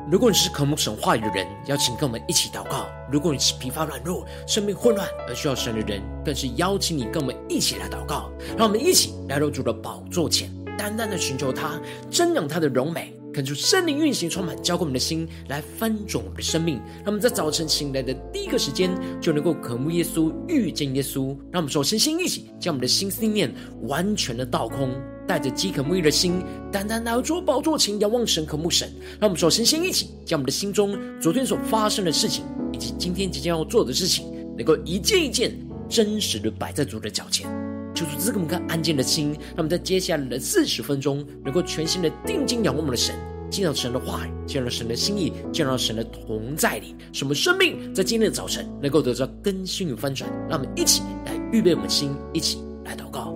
如果你是渴慕神话语的人，邀请跟我们一起祷告；如果你是疲乏软弱、生命混乱而需要神的人，更是邀请你跟我们一起来祷告。让我们一起来到主的宝座前，单单的寻求他，瞻仰他的荣美，恳求圣灵运行充满，浇灌我们的心，来翻转我们的生命。让我们在早晨醒来的第一个时间，就能够渴慕耶稣，遇见耶稣。让我们首先先一起将我们的心思念完全的倒空，带着饥渴沐浴的心，单单来到主宝座前，遥望神，渴慕神。让我们首先先一起将我们的心中昨天所发生的事情，以及今天即将要做的事情，能够一件一件真实的摆在主的脚前。求主赐给我们个安静的心，让我们在接下来的40分钟，能够全心的定睛仰望我们的神，见到神的话语，见到神的心意，见到神的同在里，使我们生命在今天的早晨能够得到更新与翻转。让我们一起来预备我们的心，一起来祷告。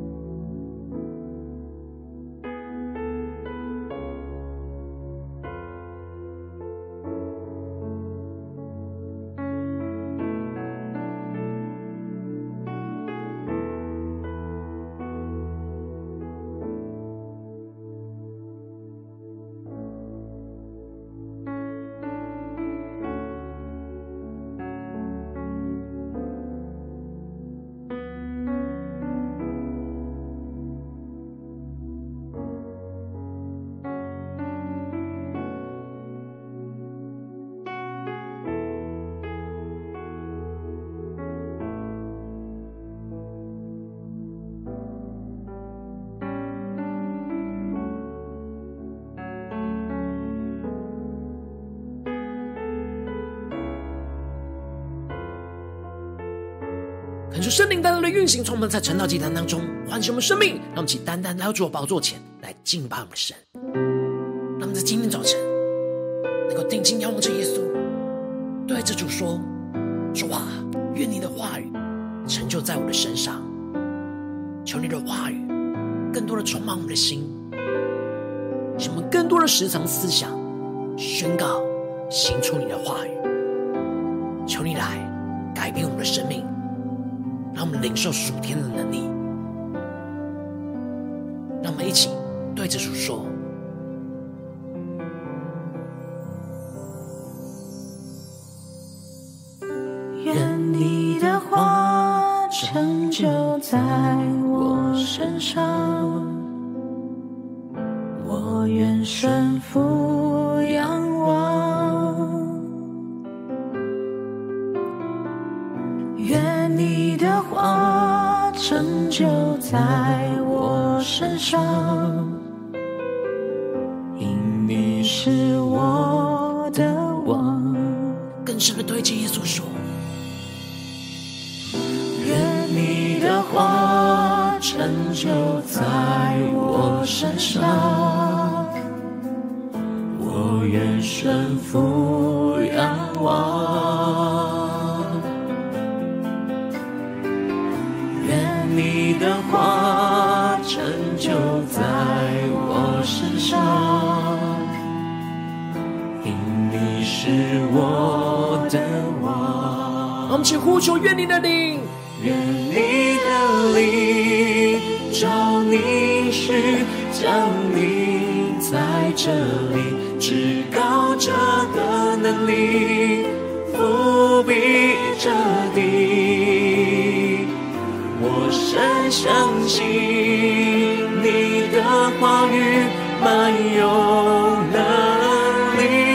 恳求圣灵单单的运行，充满在晨祷祭坛当中，唤醒我们生命。让我们起单单来到主的宝座前来敬拜我们的神。让我们在今天早晨能够定睛仰望着耶稣，对着主说：主啊，愿你的话语成就在我的身上。求你的话语更多的充满我们的心，使我们更多的时常思想，宣告行出你的话语。求你来改变我们的生命，让我们领受属天的能力。让我们一起对着主说： 愿你的话成就在我身上，我愿顺服仰望。愿你的话成就在我身上，因你是我的王。 更深的对着耶稣说： 愿你的话成就在我身上，我愿顺服仰望。愿你的话成就在我身上，因你是我的王。 让我们一起呼求愿你的灵， 愿你的灵照凝视，降临在这里，至高者的能力覆庇这地。我深相信你的话语满有能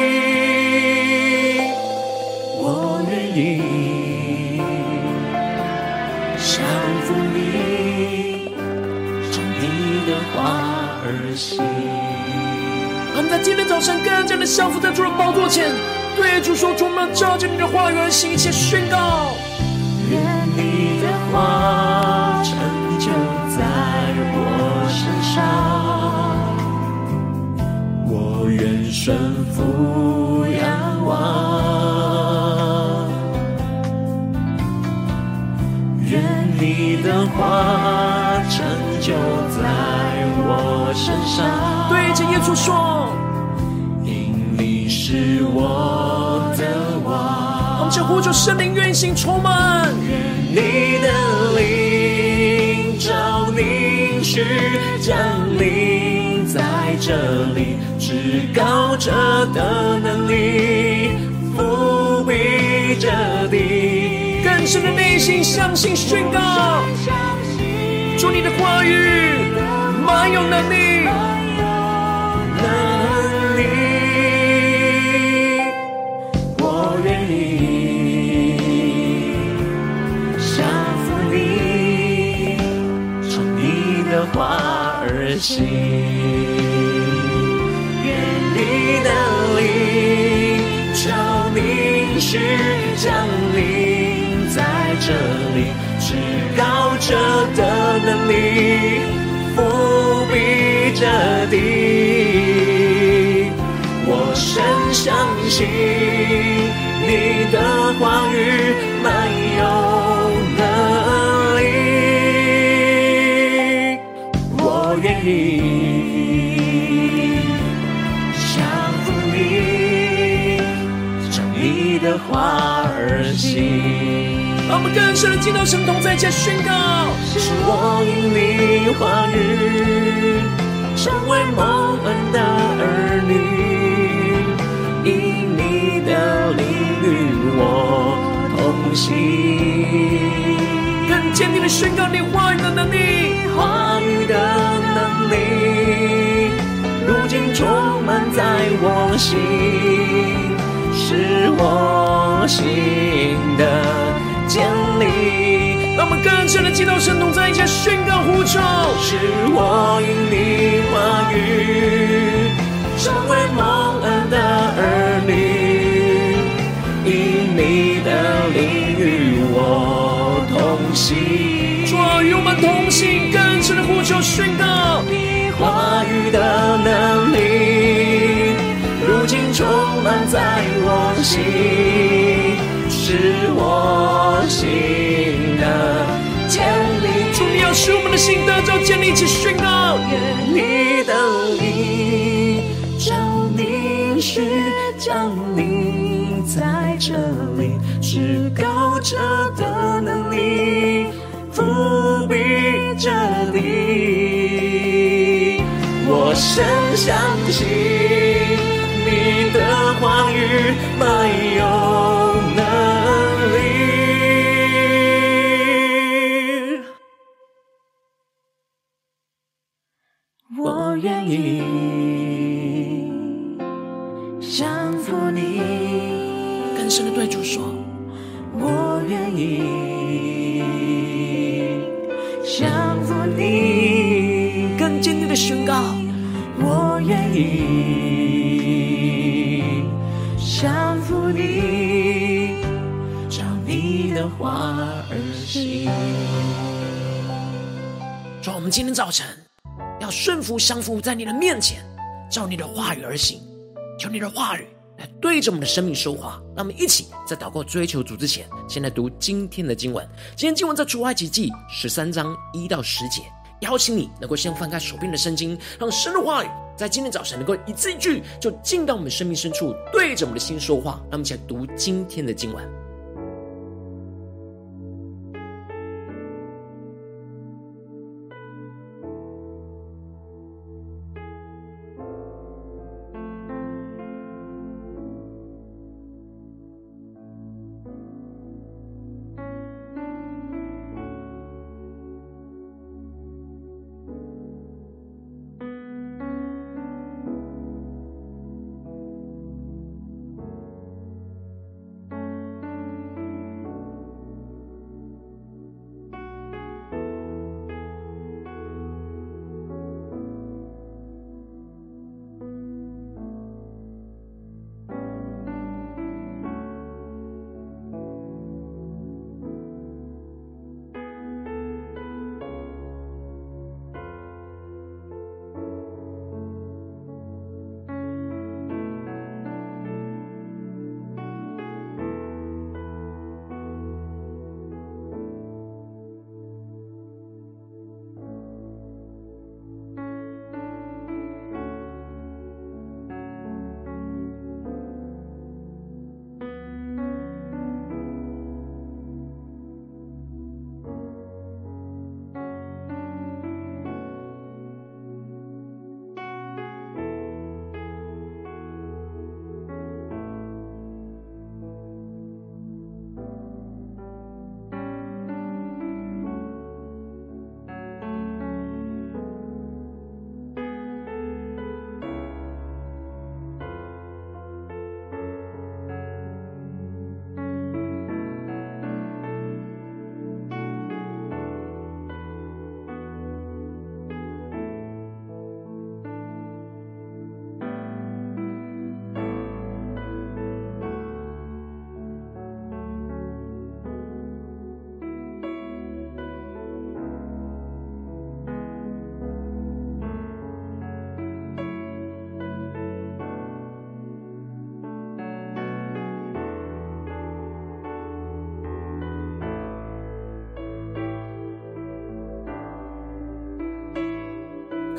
力，我愿意降服你，照你的话而行。 让我们在今天早晨更加的降服在主的宝座前，对主说：主，我们要照着你的话语而行，一切宣告。 愿你的话成就在我身上，我愿顺服仰望。愿你的话成就在我身上， 对着耶稣说： 因你是我的王。 我们就呼求圣灵运行充满， 你的灵照凝视，降临在这里，至至高者的能力覆庇着地。 更深的内心相信宣告，主你的话语满有能力， 我愿意降服你，照你的话而行。愿你的灵照明是降临在这里，至高者的能力覆庇着地。我深相信你的话语满有能力，我愿意降服你，照你的话而行。 让我们更深的进到神同在家宣告， 是我因你话语成为蒙恩的儿女，因你的灵与我同行。 更坚定的宣告你话语的能力， 话语的能力如今充满在我心，是我心的建立。 让我们更深的进到神同在家宣告呼求， 是我因你话语成为蒙恩的儿女，因你的灵与我同行。 主啊，与我们同行，更深的呼求宣告你话语的能力如今充满在我心，是我心的建立。 主，你要使我们的心得着建立，一起宣告。 愿你的灵降临是降临在这里，至高者的能力覆庇着你。我深相信你的话语满有能力。我愿意降服你， 更深的对主说， 我愿意降服你， 更坚定的宣告， 我愿意降服你，照你的话而行。 主，我们今天早晨要顺服降服在你的面前，照你的话语而行，求你的话语来对着我们的生命说话。让我们一起在祷告追求主之前，先来读今天的经文。今天经文在出埃及记13章1到10节。邀请你能够先翻开手边的圣经，让神的话语在今天早晨能够一字一句就进到我们生命深处，对着我们的心说话。让我们一起来读今天的经文。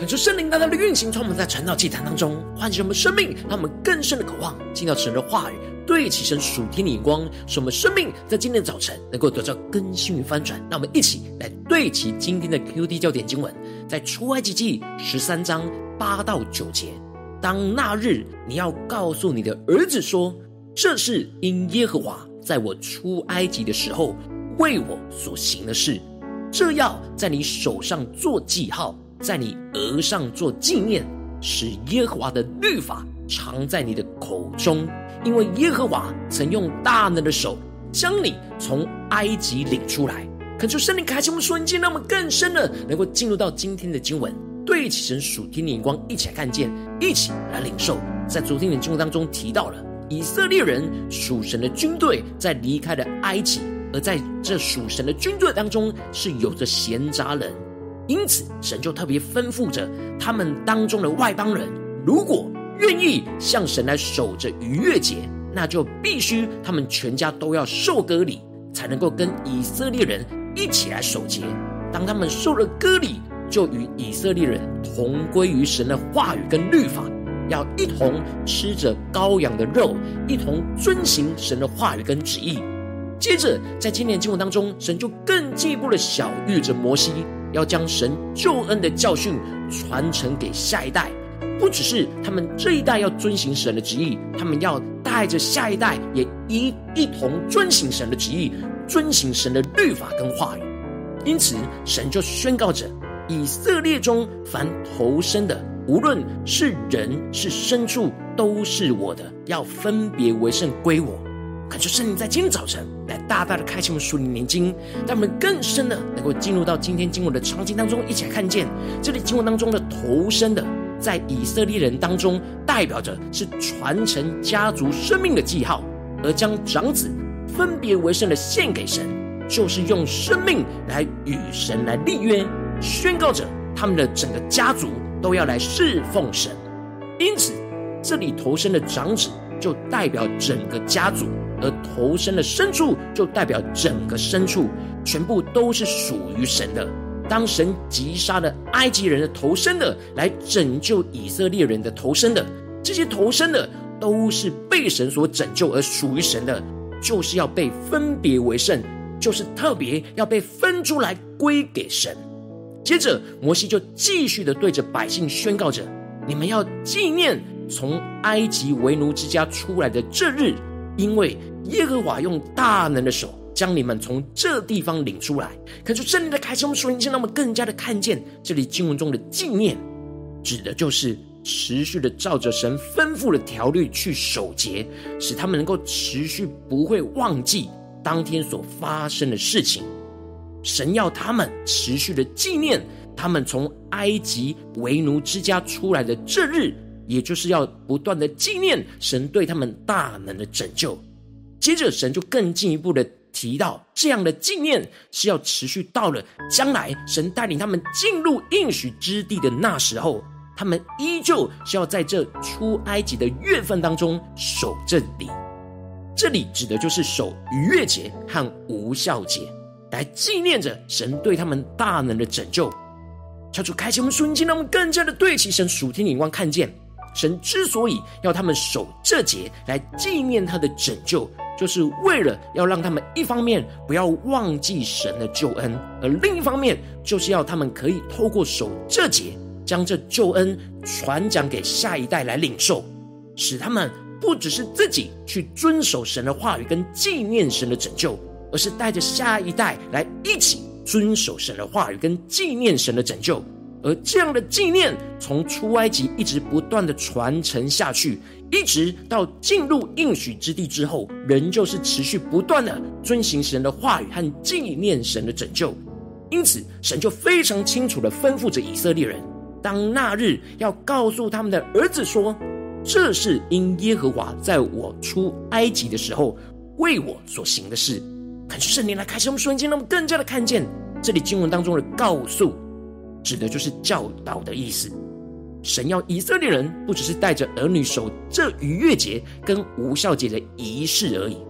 恳求圣灵大大的运行，从我们在晨祷祭坛当中唤醒我们生命，让我们更深的渴望进到神的话语，对齐神属天的眼光，使我们生命在今天的早晨能够得到更新与翻转。让我们一起来对齐今天的 QD 焦点经文，在出埃及记13章8到9节。当那日，你要告诉你的儿子说，这是因耶和华在我出埃及的时候为我所行的事，这要在你手上做记号，在你额上做纪念，使耶和华的律法常在你的口中，因为耶和华曾用大能的手将你从埃及领出来。恳求圣灵开启我们属灵眼，让我们更深的能够进入到今天的经文，对齐神属天的眼光，一起来看见，一起来领受。在昨天的经文当中提到了以色列人属神的军队在离开了埃及，而在这属神的军队当中是有着闲杂人，因此神就特别吩咐着他们当中的外邦人，如果愿意向神来守着逾越节，那就必须他们全家都要受割礼，才能够跟以色列人一起来守节。当他们受了割礼，就与以色列人同归于神的话语跟律法，要一同吃着羔羊的肉，一同遵行神的话语跟旨意。接着在今天的经文当中，神就更进一步的晓谕着摩西，要将神救恩的教训传承给下一代。不只是他们这一代要遵行神的旨意，他们要带着下一代也一同遵行神的旨意，遵行神的律法跟话语。因此神就宣告着，以色列中凡头生的，无论是人是牲畜，都是我的，要分别为圣归我。恳求圣灵在今天早晨来大大的开启我们属灵眼睛，让我们更深的能够进入到今天经文的场景当中，一起来看见这里经文当中的头生的，在以色列人当中代表着是传承家族生命的记号，而将长子分别为圣的献给神，就是用生命来与神来立约，宣告着他们的整个家族都要来侍奉神。因此这里头生的长子就代表整个家族，而头生的牲畜就代表整个牲畜，全部都是属于神的。当神击杀了埃及人的头生的，来拯救以色列人的头生的，这些头生的都是被神所拯救而属于神的，就是要被分别为圣，就是特别要被分出来归给神。接着摩西就继续的对着百姓宣告着，你们要纪念从埃及为奴之家出来的这日，因为耶和华用大能的手将你们从这地方领出来。恳求圣灵的开启我们属灵眼，让我们更加的看见这里经文中的纪念，指的就是持续的照着神吩咐的条律去守节，使他们能够持续不会忘记当天所发生的事情。神要他们持续的纪念他们从埃及为奴之家出来的这日，也就是要不断的纪念神对他们大能的拯救。接着神就更进一步的提到，这样的纪念是要持续到了将来神带领他们进入应许之地的那时候，他们依旧是要在这出埃及的月份当中守这里。这里指的就是守逾越节和无酵节，来纪念着神对他们大能的拯救。求主开启我们属灵眼，让我们更加的对齐神属天的眼光，看见神之所以要他们守这节来纪念他的拯救，就是为了要让他们一方面不要忘记神的救恩，而另一方面就是要他们可以透过守这节，将这救恩传讲给下一代来领受，使他们不只是自己去遵守神的话语跟纪念神的拯救，而是带着下一代来一起遵守神的话语跟纪念神的拯救。而这样的纪念从出埃及一直不断的传承下去，一直到进入应许之地之后，仍旧是持续不断的遵行神的话语和纪念神的拯救。因此神就非常清楚的吩咐着以色列人，当那日要告诉他们的儿子说，这是因耶和华在我出埃及的时候为我所行的事。恳求圣灵来开启我们属灵眼，让我们更加的看见这里经文当中的告诉，指的就是教导的意思。神要以色列人不只是带着儿女守这逾越节跟无酵节的仪式而已，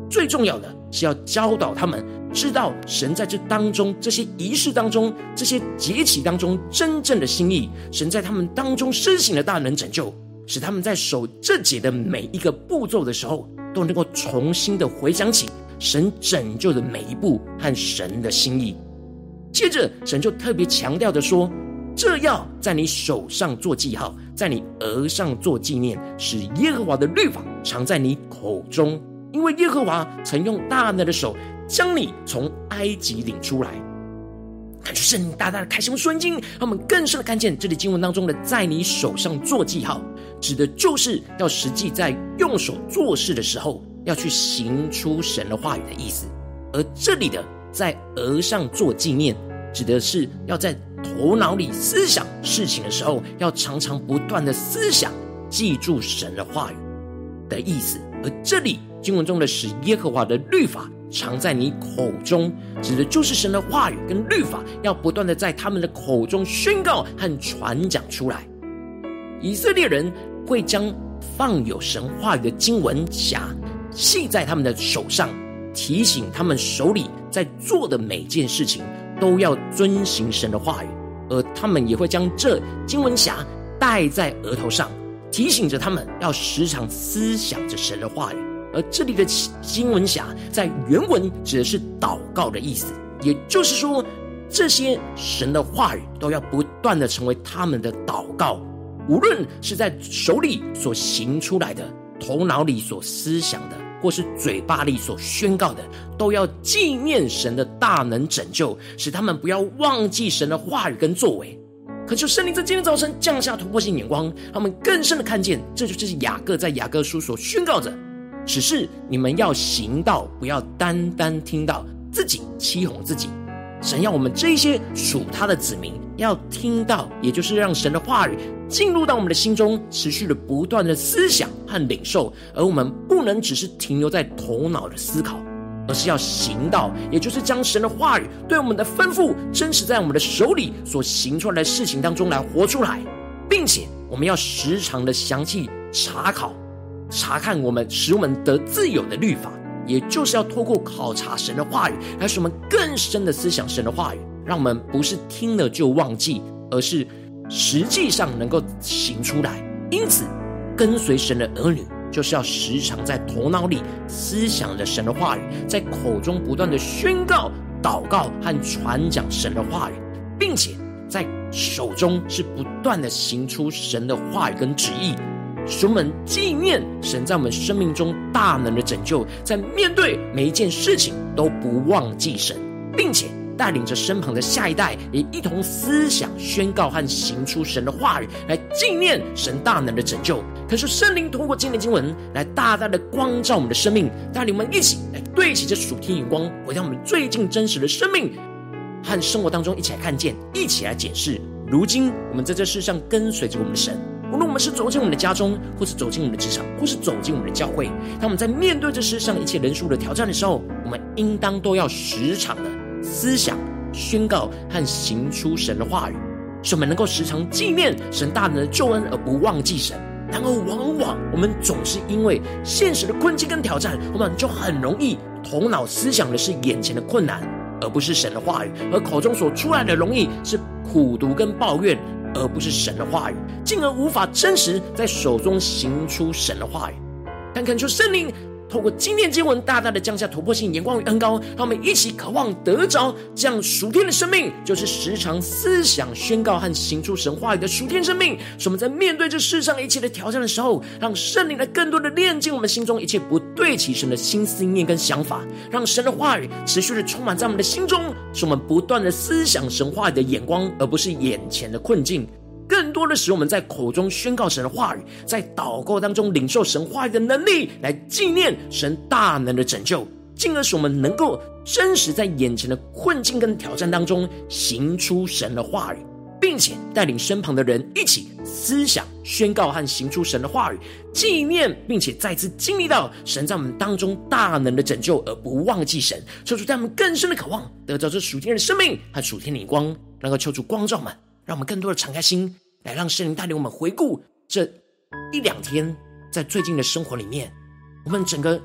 最重要的是要教导他们知道神在这当中，这些仪式当中，这些节期当中真正的心意。神在他们当中施行了大能拯救，使他们在守这节的每一个步骤的时候，都能够重新的回想起神拯救的每一步和神的心意。接着神就特别强调的说，这要在你手上做记号，在你额上做纪念，使耶和华的律法常在你口中，因为耶和华曾用大能的手将你从埃及领出来。感觉圣灵大大的开启我们顺经，让我们更深的看见这里经文当中的在你手上做记号，指的就是要实际在用手做事的时候，要去行出神的话语的意思。而这里的在额上做纪念，指的是要在头脑里思想事情的时候，要常常不断的思想记住神的话语的意思。而这里经文中的使耶和华的律法常在你口中，指的就是神的话语跟律法要不断的在他们的口中宣告和传讲出来。以色列人会将放有神话语的经文匣系在他们的手上，提醒他们手里在做的每件事情都要遵行神的话语。而他们也会将这经文匣戴在额头上，提醒着他们要时常思想着神的话语。而这里的经文匣在原文指的是祷告的意思，也就是说，这些神的话语都要不断的成为他们的祷告，无论是在手里所行出来的，头脑里所思想的，或是嘴巴里所宣告的，都要纪念神的大能拯救，使他们不要忘记神的话语跟作为。恳求圣灵在今天早晨降下突破性眼光，让我们更深的看见，这就是雅各在雅各书所宣告着，只是你们要行道，不要单单听到，自己欺哄自己。神要我们这一些属他的子民要听到，也就是让神的话语进入到我们的心中，持续的不断的思想和领受。而我们不能只是停留在头脑的思考，而是要行道，也就是将神的话语对我们的吩咐真实在我们的手里所行出来的事情当中来活出来，并且我们要时常的详细查看我们使我们得自由的律法，也就是要透过考察神的话语，来使我们更深的思想神的话语，让我们不是听了就忘记，而是实际上能够行出来。因此跟随神的儿女就是要时常在头脑里思想着神的话语，在口中不断的宣告、祷告和传讲神的话语，并且在手中是不断的行出神的话语跟旨意，使我们纪念神在我们生命中大能的拯救，在面对每一件事情都不忘记神，并且带领着身旁的下一代也一同思想、宣告和行出神的话语，来纪念神大能的拯救。可是圣灵通过今天的经文来大大的光照我们的生命，带领我们一起来对齐这属天眼光，回到我们最近真实的生命和生活当中，一起来看见，一起来检视。如今我们在这世上跟随着我们的神，无论我们是走进我们的家中，或是走进我们的职场，或是走进我们的教会，当我们在面对这世上一切人数的挑战的时候，我们应当都要时常的思想、宣告和行出神的话语，使我们能够时常纪念神大能的救恩，而不忘记神。然而往往我们总是因为现实的困境跟挑战，我们就很容易头脑思想的是眼前的困难，而不是神的话语，而口中所出来的容易是苦毒跟抱怨，而不是神的话语，进而无法真实在手中行出神的话语。但恳求圣灵透过今天经文大大的降下突破性眼光与恩膏，让我们一起渴望得着这样属天的生命，就是时常思想、宣告和行出神话语的属天生命。使我们在面对这世上一切的挑战的时候，让圣灵来更多的炼净我们心中一切不对齐神的心思念跟想法，让神的话语持续的充满在我们的心中，使我们不断的思想神话语的眼光，而不是眼前的困境。更多的使我们在口中宣告神的话语，在祷告当中领受神话语的能力，来纪念神大能的拯救，进而使我们能够真实在眼前的困境跟挑战当中行出神的话语，并且带领身旁的人一起思想、宣告和行出神的话语，纪念并且再次经历到神在我们当中大能的拯救，而不忘记神。求主带我们更深的渴望得着这属天的生命和属天的眼光，能够求主光照们，让我们更多的敞开心，来让圣灵带领我们回顾这一两天在最近的生活里面，我们整个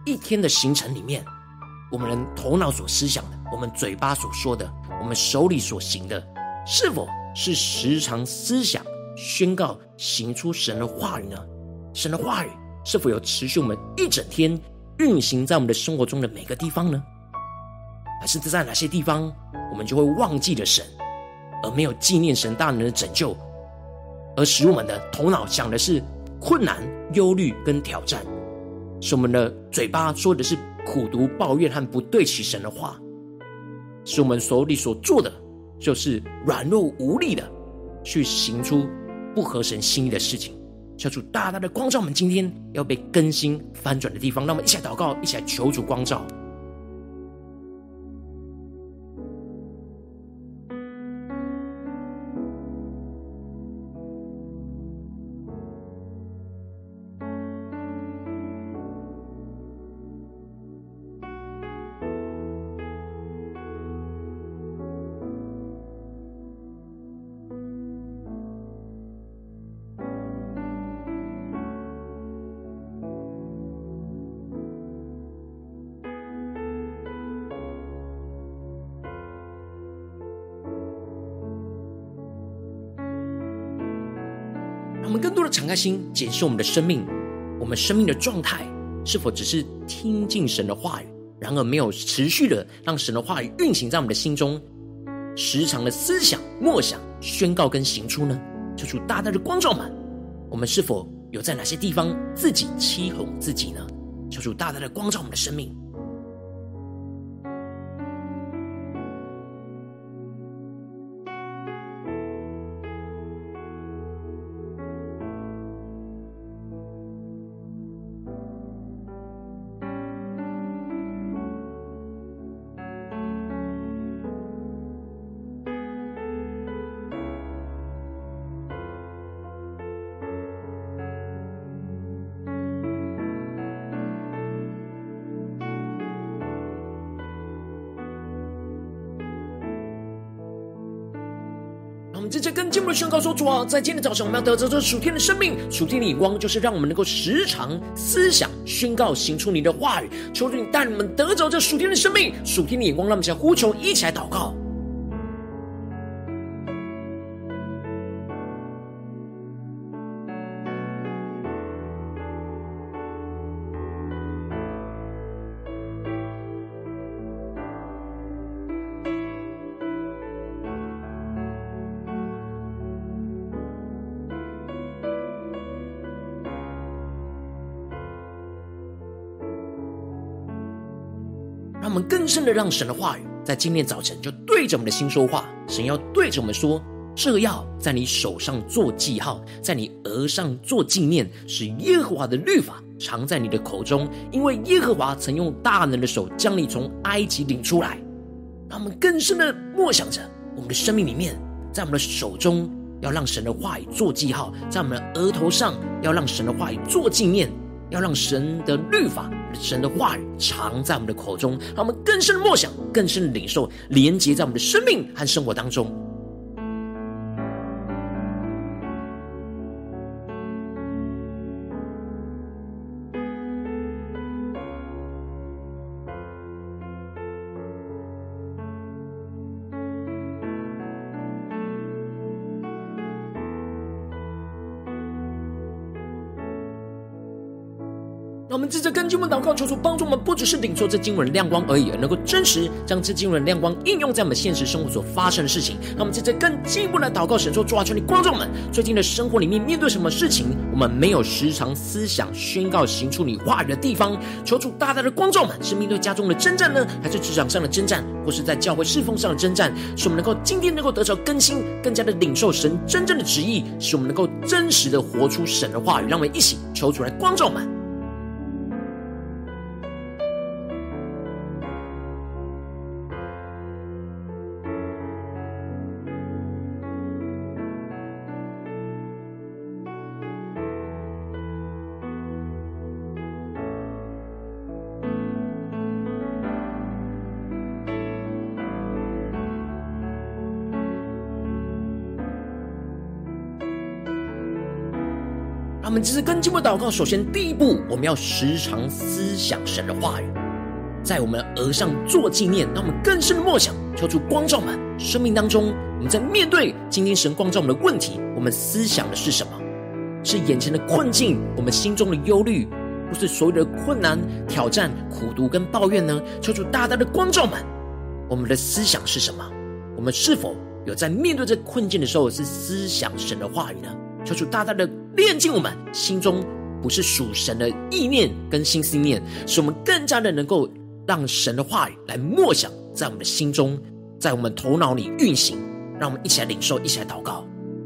一天的行程里面，我们人头脑所思想的，我们嘴巴所说的，我们手里所行的，是否是时常思想、宣告、行出神的话语呢？神的话语是否有持续我们一整天运行在我们的生活中的每个地方呢？还是在哪些地方我们就会忘记了神，而没有纪念神大能的拯救，而使我们的头脑想的是困难、忧虑跟挑战，使我们的嘴巴说的是苦毒、抱怨和不对齐神的话，使我们手里所做的就是软弱无力的去行出不合神心意的事情。求主大大的光照我们今天要被更新翻转的地方，让我们一起来祷告，一起来求主光照。让我们更多的敞开心，检视我们的生命，我们生命的状态是否只是听进神的话语，然而没有持续的让神的话语运行在我们的心中，时常的思想、默想、宣告跟行出呢？求主大大的光照们，我们是否有在哪些地方自己欺哄自己呢？求主大大的光照我们的生命。我们直接跟进一步的宣告说：主啊，在今天的早上，我们要得着这属天的生命、属天的眼光，就是让我们能够时常思想、宣告、行出你的话语。求主你带你们得着这属天的生命、属天的眼光，让我们一起来呼求，一起来祷告。让我们更深的让神的话语在今天早晨就对着我们的心说话。神要对着我们说，这要在你手上做记号，在你额上做纪念，使耶和华的律法常在你的口中，因为耶和华曾用大能的手将你从埃及领出来。让我们更深的默想着我们的生命里面，在我们的手中要让神的话语做记号，在我们的额头上要让神的话语做纪念，要让神的律法、神的话语常在我们的口中，让我们更深的默想、更深的领受，连结在我们的生命和生活当中。让我们接着跟经文祷告，求主帮助我们，不只是领受这经文的亮光而已，而能够真实将这经文的亮光应用在我们现实生活所发生的事情。让我们接着更进一步来祷告，神说：主啊，求你光照我们最近的生活里面面对什么事情，我们没有时常思想、宣告、行出你话语的地方。求主大大的光照我们，是面对家中的征战呢，还是职场上的征战，或是在教会侍奉上的征战，使我们能够今天能够得着更新，更加的领受神真正的旨意，使我们能够真实的活出神的话语。让我们一起求主来光照我们。让我我们这次跟进步祷告，首先第一步，我们要时常思想神的话语，在我们额上做纪念，让我们更深的默想，求主光照们生命当中，我们在面对今天神光照我们的问题，我们思想的是什么？是眼前的困境，我们心中的忧虑，或是所有的困难、挑战、苦毒跟抱怨呢？求主大大的光照们，我们的思想是什么？我们是否有在面对这困境的时候，是思想神的话语呢？求主大大的炼净我们心中不是属神的意念跟心思念，使我们更加的能够让神的话语来默想在我们的心中，在我们头脑里运行。让我们一起来领受，一起来祷告。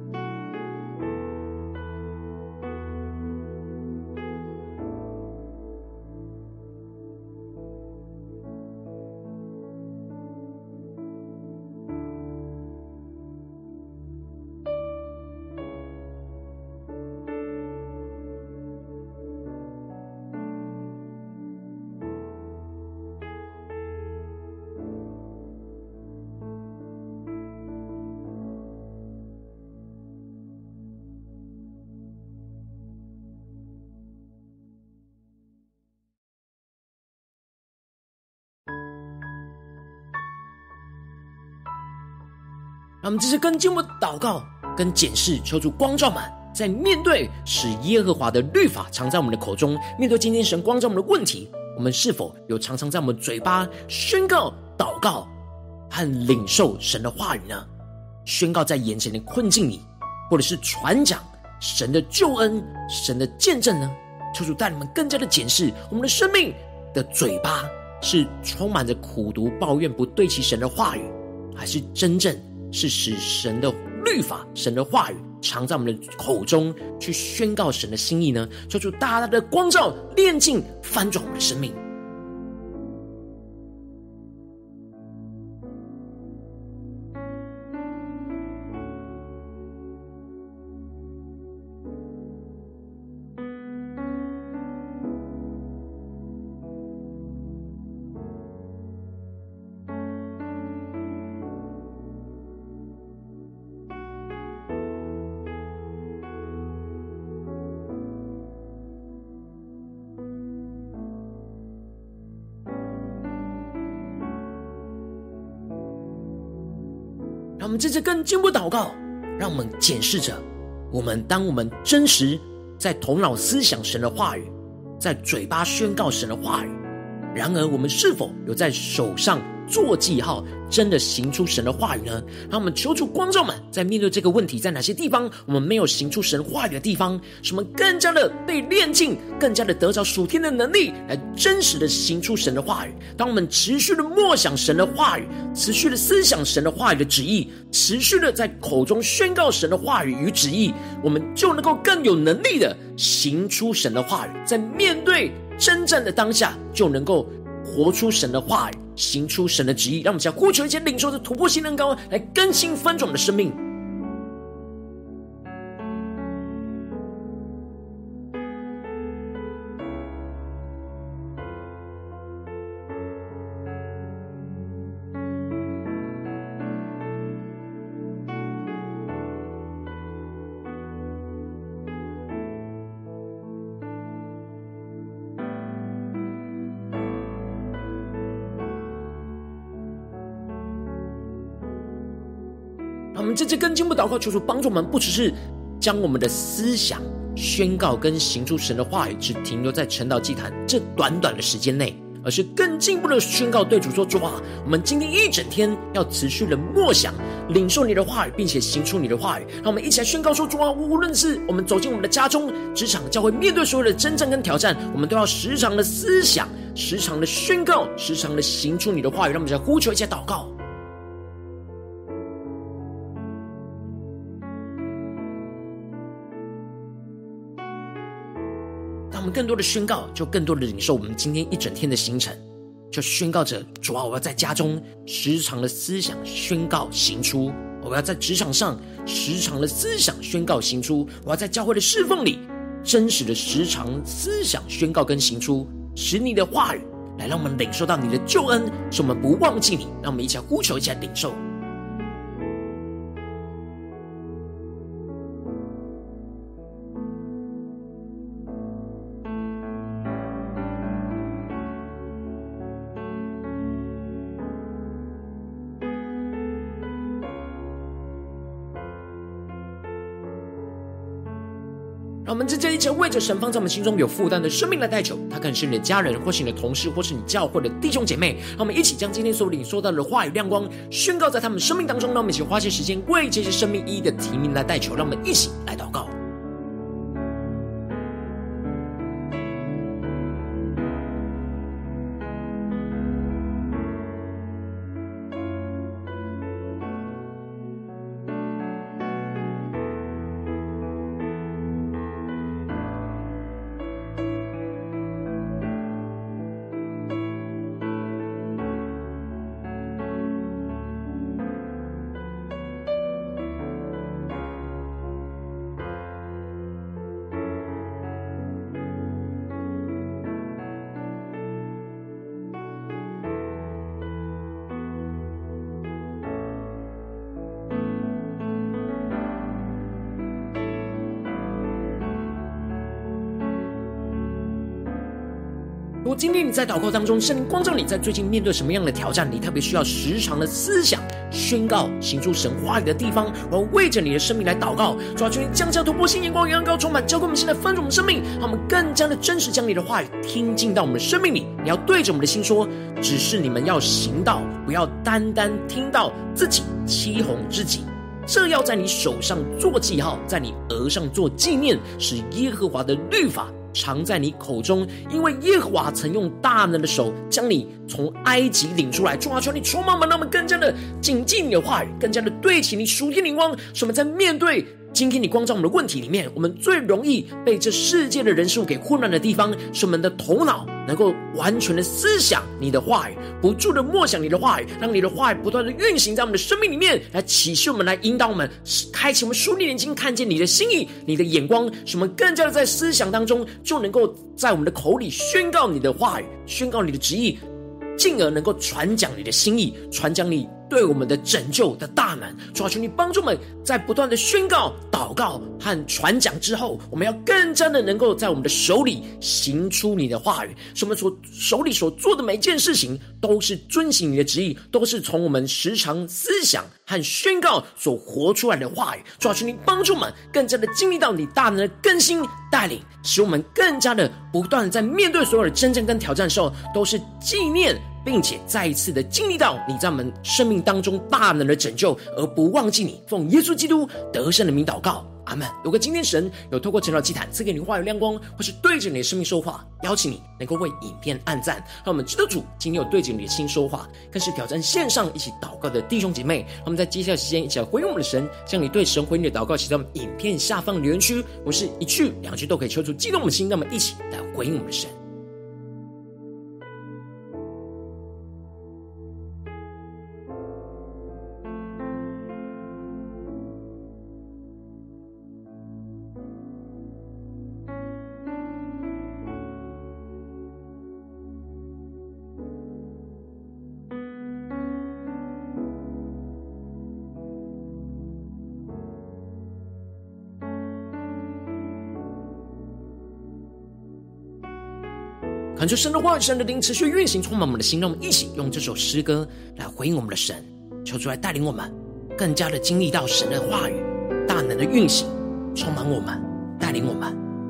让我们这次跟进我们祷告跟检视，求主光照们在面对使耶和华的律法常在我们的口中，面对今天神光照我们的问题，我们是否有常常在我们嘴巴宣告、祷告和领受神的话语呢？宣告在眼前的困境里，或者是传讲神的救恩、神的见证呢？求主带你们更加的检视我们的生命的嘴巴，是充满着苦毒、抱怨、不对齐神的话语，还是真正是使神的律法、神的话语常在我们的口中去宣告神的心意呢？求主大大的光照、炼净、翻转我们的生命。让我们这次更进一步祷告，让我们检视着当我们真实在头脑思想神的话语，在嘴巴宣告神的话语，然而我们是否有在手上做记号，真的行出神的话语呢？让我们求主光照们在面对这个问题，在哪些地方我们没有行出神话语的地方，使我们更加的被炼净，更加的得着属天的能力，来真实的行出神的话语。当我们持续的默想神的话语，持续的思想神的话语的旨意，持续的在口中宣告神的话语与旨意，我们就能够更有能力的行出神的话语，在面对征战的当下就能够活出神的话语，行出神的旨意。让我们想呼求一些领受的突破性能高，来更新翻转我们的生命。让我们这次跟进步祷告，求主帮助我们，不只是将我们的思想宣告跟行出神的话语只停留在晨祷祭坛这短短的时间内，而是更进一步的宣告，对主说：主啊，我们今天一整天要持续的默想领受你的话语，并且行出你的话语。让我们一起来宣告说：主啊，无论是我们走进我们的家中、职场、教会，面对所有的征战跟挑战，我们都要时常的思想，时常的宣告，时常的行出你的话语。让我们一起来呼求，一起来祷告。当我们更多的宣告，就更多的领受我们今天一整天的行程，就宣告着：主啊，我要在家中时常的思想宣告行出，我要在职场上时常的思想宣告行出，我要在教会的侍奉里真实的时常思想宣告跟行出，使你的话语来让我们领受到你的救恩，使我们不忘记你。让我们一起来呼求，一起来领受。 让我们在这一切为着神放在我们心中有负担的生命来代求，他可能是你的家人，或是你的同事，或是你教会的弟兄姐妹。让我们一起将今天所领受到的话语亮光宣告在他们生命当中。让我们一起花些时间为这些生命一一的提名来代求。让我们一起来祷告。如果今天你在祷告当中，圣灵光照你在最近面对什么样的挑战，你特别需要时常的思想、宣告、行出神话语的地方，我要为着你的生命来祷告。主啊，求你降下突破性眼光，阳高充满，浇灌我们现在翻转我们生命，让我们更加的真实将你的话语听进到我们的生命里。你要对着我们的心说，只是你们要行道，不要单单听到自己欺哄自己。这要在你手上做记号，在你额上做纪念，使耶和华的律法常在你口中，因为耶和华曾用大能的手将你从埃及领出来。主啊，求你充满我们，让我们更加的谨记你的话语，更加的对齐你属天灵光，使我们在面对今天你光照我们的问题里面，我们最容易被这世界的人事物给混乱的地方，使我们的头脑能够完全的思想你的话语，不住的默想你的话语，让你的话语不断的运行在我们的生命里面，来启示我们，来引导我们，开启我们属灵眼睛，看见你的心意，你的眼光，使我们更加的在思想当中就能够在我们的口里宣告你的话语，宣告你的旨意，进而能够传讲你的心意，传讲你对我们的拯救的大能。主啊，求你帮助我们在不断的宣告、祷告和传讲之后，我们要更加的能够在我们的手里行出你的话语，使我们手里所做的每件事情都是遵行你的旨意，都是从我们时常思想和宣告所活出来的话语。主啊，求你帮助我们更加的经历到你大能的更新带领，使我们更加的不断的在面对所有的征战跟挑战的时候，都是纪念并且再一次的经历到你在我们生命当中大能的拯救，而不忘记你。奉耶稣基督得胜的名祷告，阿们。如果今天神有透过晨祷祭坛赐给你话语亮光，或是对着你的生命说话，邀请你能够为影片按赞，让我们知道主今天有对着你的心说话，更是挑战线上一起祷告的弟兄姐妹。让我们在接下来时间一起来回应我们的神，将你对神回应的祷告写在我们影片下方留言区，我是一句两句都可以求出激动我们的心，让我们一起来回应我们的神。恳求神的话语、神的灵持续运行，充满我们的心，让我们一起用这首诗歌来回应我们的神，求主来带领我们更加的经历到神的话语大能的运行，充满我们，带领我们。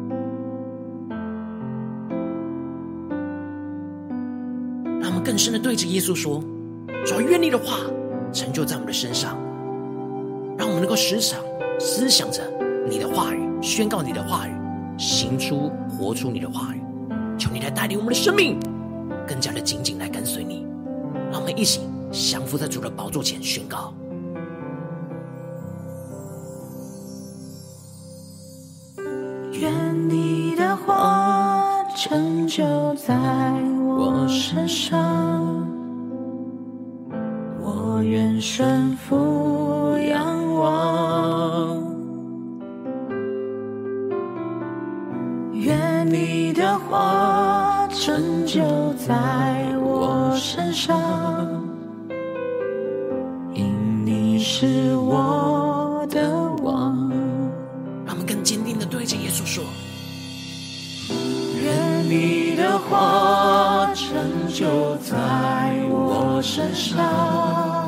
让我们更深的对着耶稣说，主啊，愿你的话成就在我们的身上，让我们能够时常思想着你的话语，宣告你的话语，行出活出你的话语。求你来带领我们的生命更加的紧紧来跟随你，让我们一起降服在主的宝座前宣告。 愿你的话成就在我身上，我愿顺服仰望。愿你的话成就在我身上，因你是我的王。 让我们更坚定的对着耶稣说， 愿你的话成就在我身上，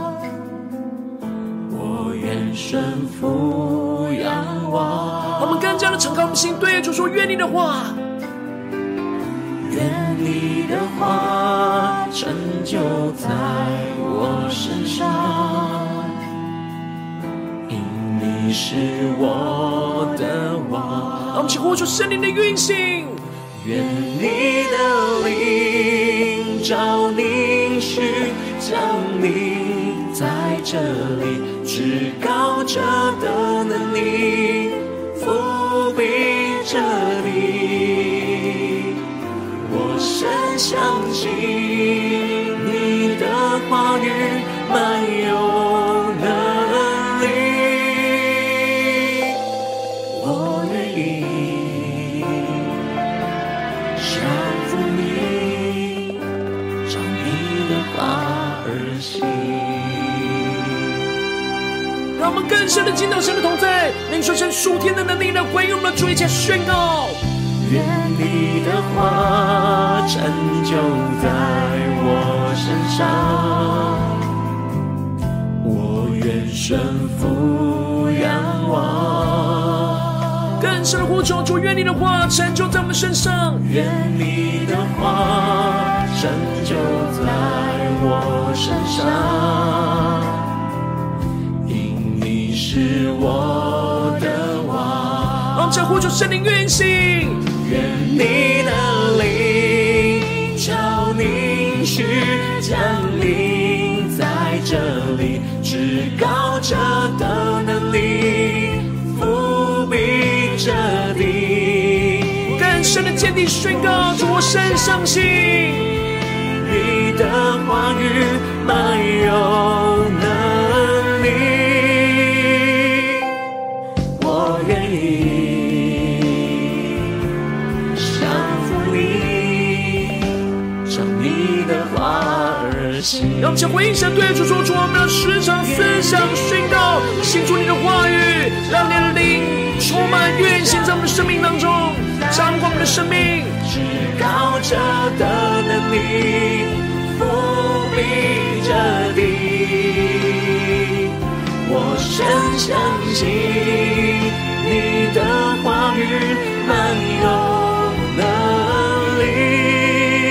我愿顺服仰望。 我们更这样的敞开我们心，对主说：愿你的话， 愿你的话成就在我身上，因你是我的王。 让我们一起呼求圣灵的运行。 愿你的灵照凝视，降临在这里，至高者的能力覆庇这里。我深相信你的话语满有能力，我愿意降服你，照你的话而行。 让我们更深的进到神的同在，领受神属天的能力，来回应我们的主，一起宣告。 愿你的话成就在我身上，我愿顺服仰望。 更深的呼求，主，愿你的话成就在我们身上。 愿你的话成就在我身上，因你是我的王。 让我们再呼求圣灵运行。 愿你的灵照凝视，降临在这里，至高者的能力覆庇这地。 更深的坚定宣告，主，我深相信你的话语满有能力，我愿意让我们先回应神，对主说：主，我们要时常思想宣告，信出你的话语，让你的灵充满运行在我们的生命当中，掌管我们的生命。 至高者的能力覆庇这地，我深相信你的话语满有能力，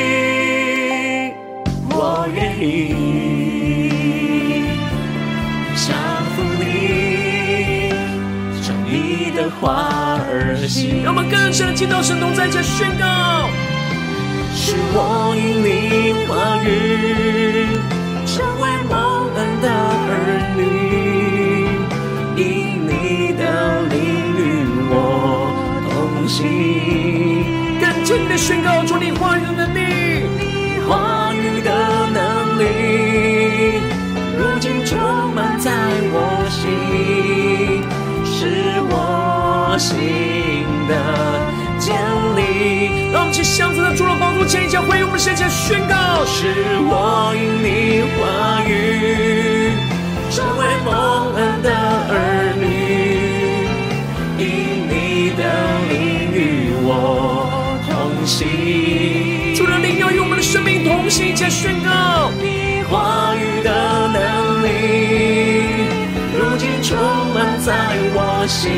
我愿意降服你，照你的话而行。 让我们更深的进到神同在，这宣告： 是我因你话语成为蒙恩的儿女，因你的灵与我同行。 更坚定的宣告，主，你话语的能力， 你话语的能力如今充满在我心，是我心的建立。 让我们一起相扶在主的宝座前，一起回应我们的神，前宣告： 是我因你话语成为蒙恩的儿女，因你的灵与我同行。 主的灵要与我们的生命同行，一起宣告： 你话语的能力如今充满在我心，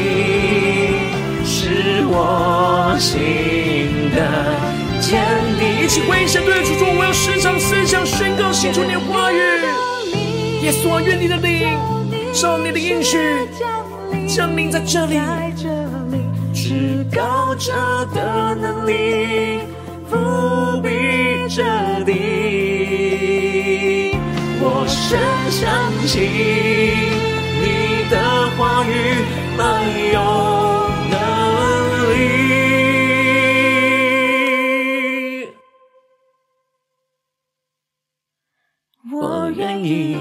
是我心的坚定。 一起回应神，对主说：我要时常思想宣告，信出你的话语。耶稣啊，愿你的灵照你的应许降临在这里， 至高者的能力覆庇这地，我深相信你的话语满有能力，我愿意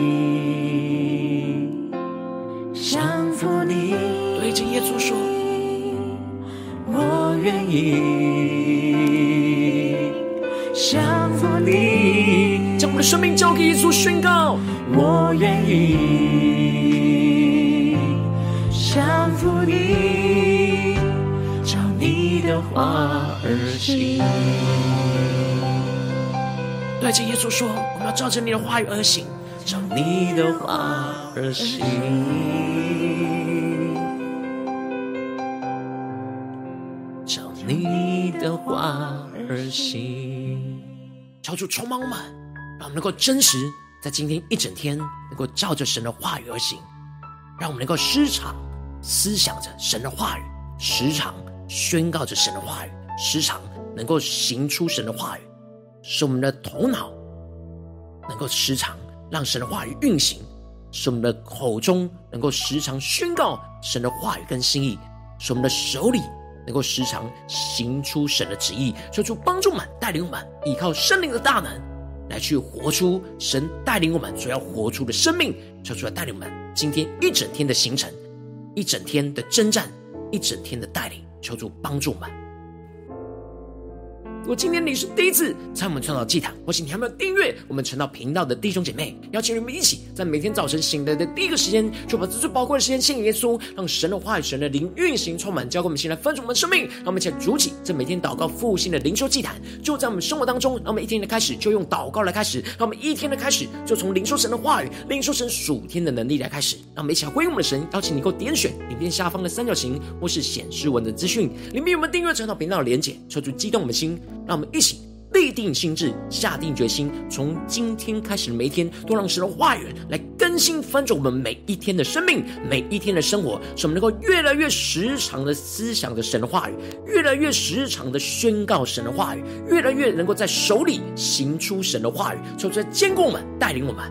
降服你。 对着耶稣说： 我愿意降服你， 将我们的生命交给耶稣，宣告： 我愿意降服你，照你的话而行。 对着耶稣说：我们要照着你的话语而行， 照你的话而行。 心。 求主充满我们，让我们能够真实在今天一整天能够照着神的话语而行，让我们能够时常思想着神的话语，时常宣告着神的话语，时常能够行出神的话语，使我们的头脑能够时常让神的话语运行，使我们的口中能够时常宣告神的话语跟心意，使我们的手里能够时常行出神的旨意。求主帮助我们，带领我们依靠圣灵的大能来去活出神带领我们所要活出的生命。求主来带领我们今天一整天的行程，一整天的征战，一整天的带领。求主帮助我们。如果今天你是第一次参与我们传道祭坛，或是你还没有订阅我们传道频道的弟兄姐妹，邀请你们一起在每天早晨醒来的第一个时间，就把这最宝贵的时间献给耶稣，让神的话语、神的灵运行充满，交给我们，先来分盛我们的生命。让我们一起来筑起这每天祷告复兴的灵修祭坛，就在我们生活当中。让我们一天的开始就用祷告来开始，让我们一天的开始就从领受神的话语、领受神属天的能力来开始。让我们一起来回应我们的神。邀请你够点选影片下方的三角形或是显示文的资讯，里面有我们订阅传道频道的连结。求主激动我们的心，让我们一起立定心志，下定决心，从今天开始的每一天都让神的话语来更新翻转我们每一天的生命，每一天的生活，使我们能够越来越时常的思想着神的话语，越来越时常的宣告神的话语，越来越能够在手里行出神的话语。求主来坚固我们，带领我们。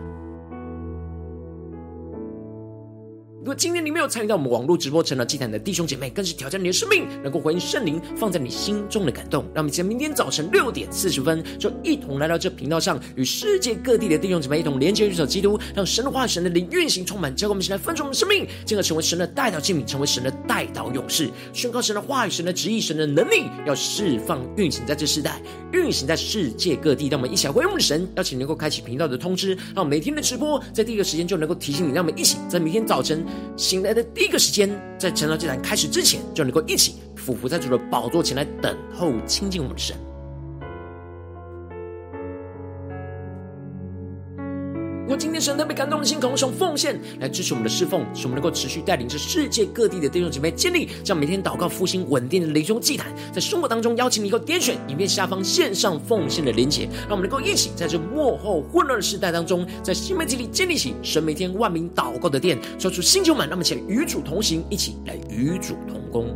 如果今天你没有参与到我们网络直播成了祭坛的弟兄姐妹，更是挑战你的生命，能够回应圣灵放在你心中的感动。让我们在明天早晨6点40分就一同来到这频道上，与世界各地的弟兄姐妹一同连接入手基督，让神的话语、神的灵运行充满，交给我们现在分盛我们的生命，进而成为神的代祷器皿，成为神的代祷勇士，宣告神的话语、神的旨意、神的能力要释放运行在这世代，运行在世界各地。让我们一起来回应我们的神，邀请能够开启频道的通知，让我们每天的直播在第一个时间就能够提醒你。让我们一起在每天早晨醒来的第一个时间，在晨祷祭坛开始之前，就能够一起俯伏在主的宝座前来等候亲近我们的神。如果今天神特别感动的心，渴望用奉献来支持我们的侍奉，使我们能够持续带领着世界各地的弟兄姐妹建立这样每天祷告复兴稳定的灵修祭坛。在生活当中，邀请你能够点选影片下方线上奉献的连结，让我们能够一起在这末后混乱的时代当中，在新媒体里建立起神每天万名祷告的殿，说出新旧满。让我们一起来与主同行，一起来与主同工。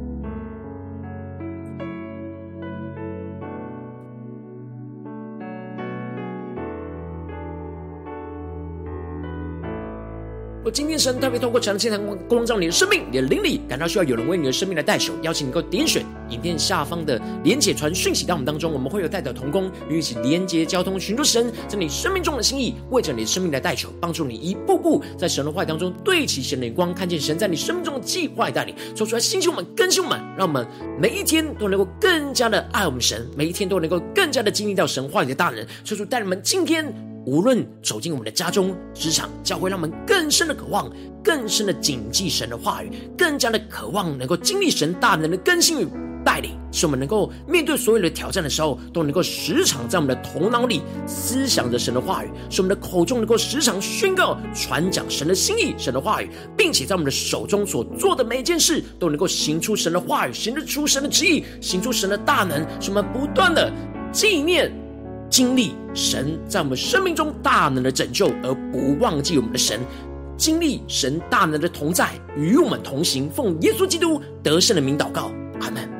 今天神特别透过这样的祭坛光照你的生命，你的灵里感到需要有人为你的生命来代求，邀请你能够点选影片下方的连结传讯息到我们当中，我们会有代表同工与一起连结交通，寻求神在你生命中的心意，为着你的生命来代求，帮助你一步步在神的话语当中对齐神的眼光，看见神在你生命中的计划带领，说出来兴起我们，更新我们，让我们每一天都能够更加的爱我们神，每一天都能够更加的经历到神话语的大能。说出带领我们今天无论走进我们的家中、职场、教会，让我们更深的渴望，更深的谨记神的话语，更加的渴望能够经历神大能的更新与带领，使我们能够面对所有的挑战的时候，都能够时常在我们的头脑里思想着神的话语，使我们的口中能够时常宣告、传讲神的心意、神的话语，并且在我们的手中所做的每一件事，都能够行出神的话语，行得出神的旨意，行出神的大能，使我们不断的纪念经历神在我们生命中大能的拯救，而不忘记我们的神，经历神大能的同在，与我们同行。奉耶稣基督得胜的名祷告，阿们。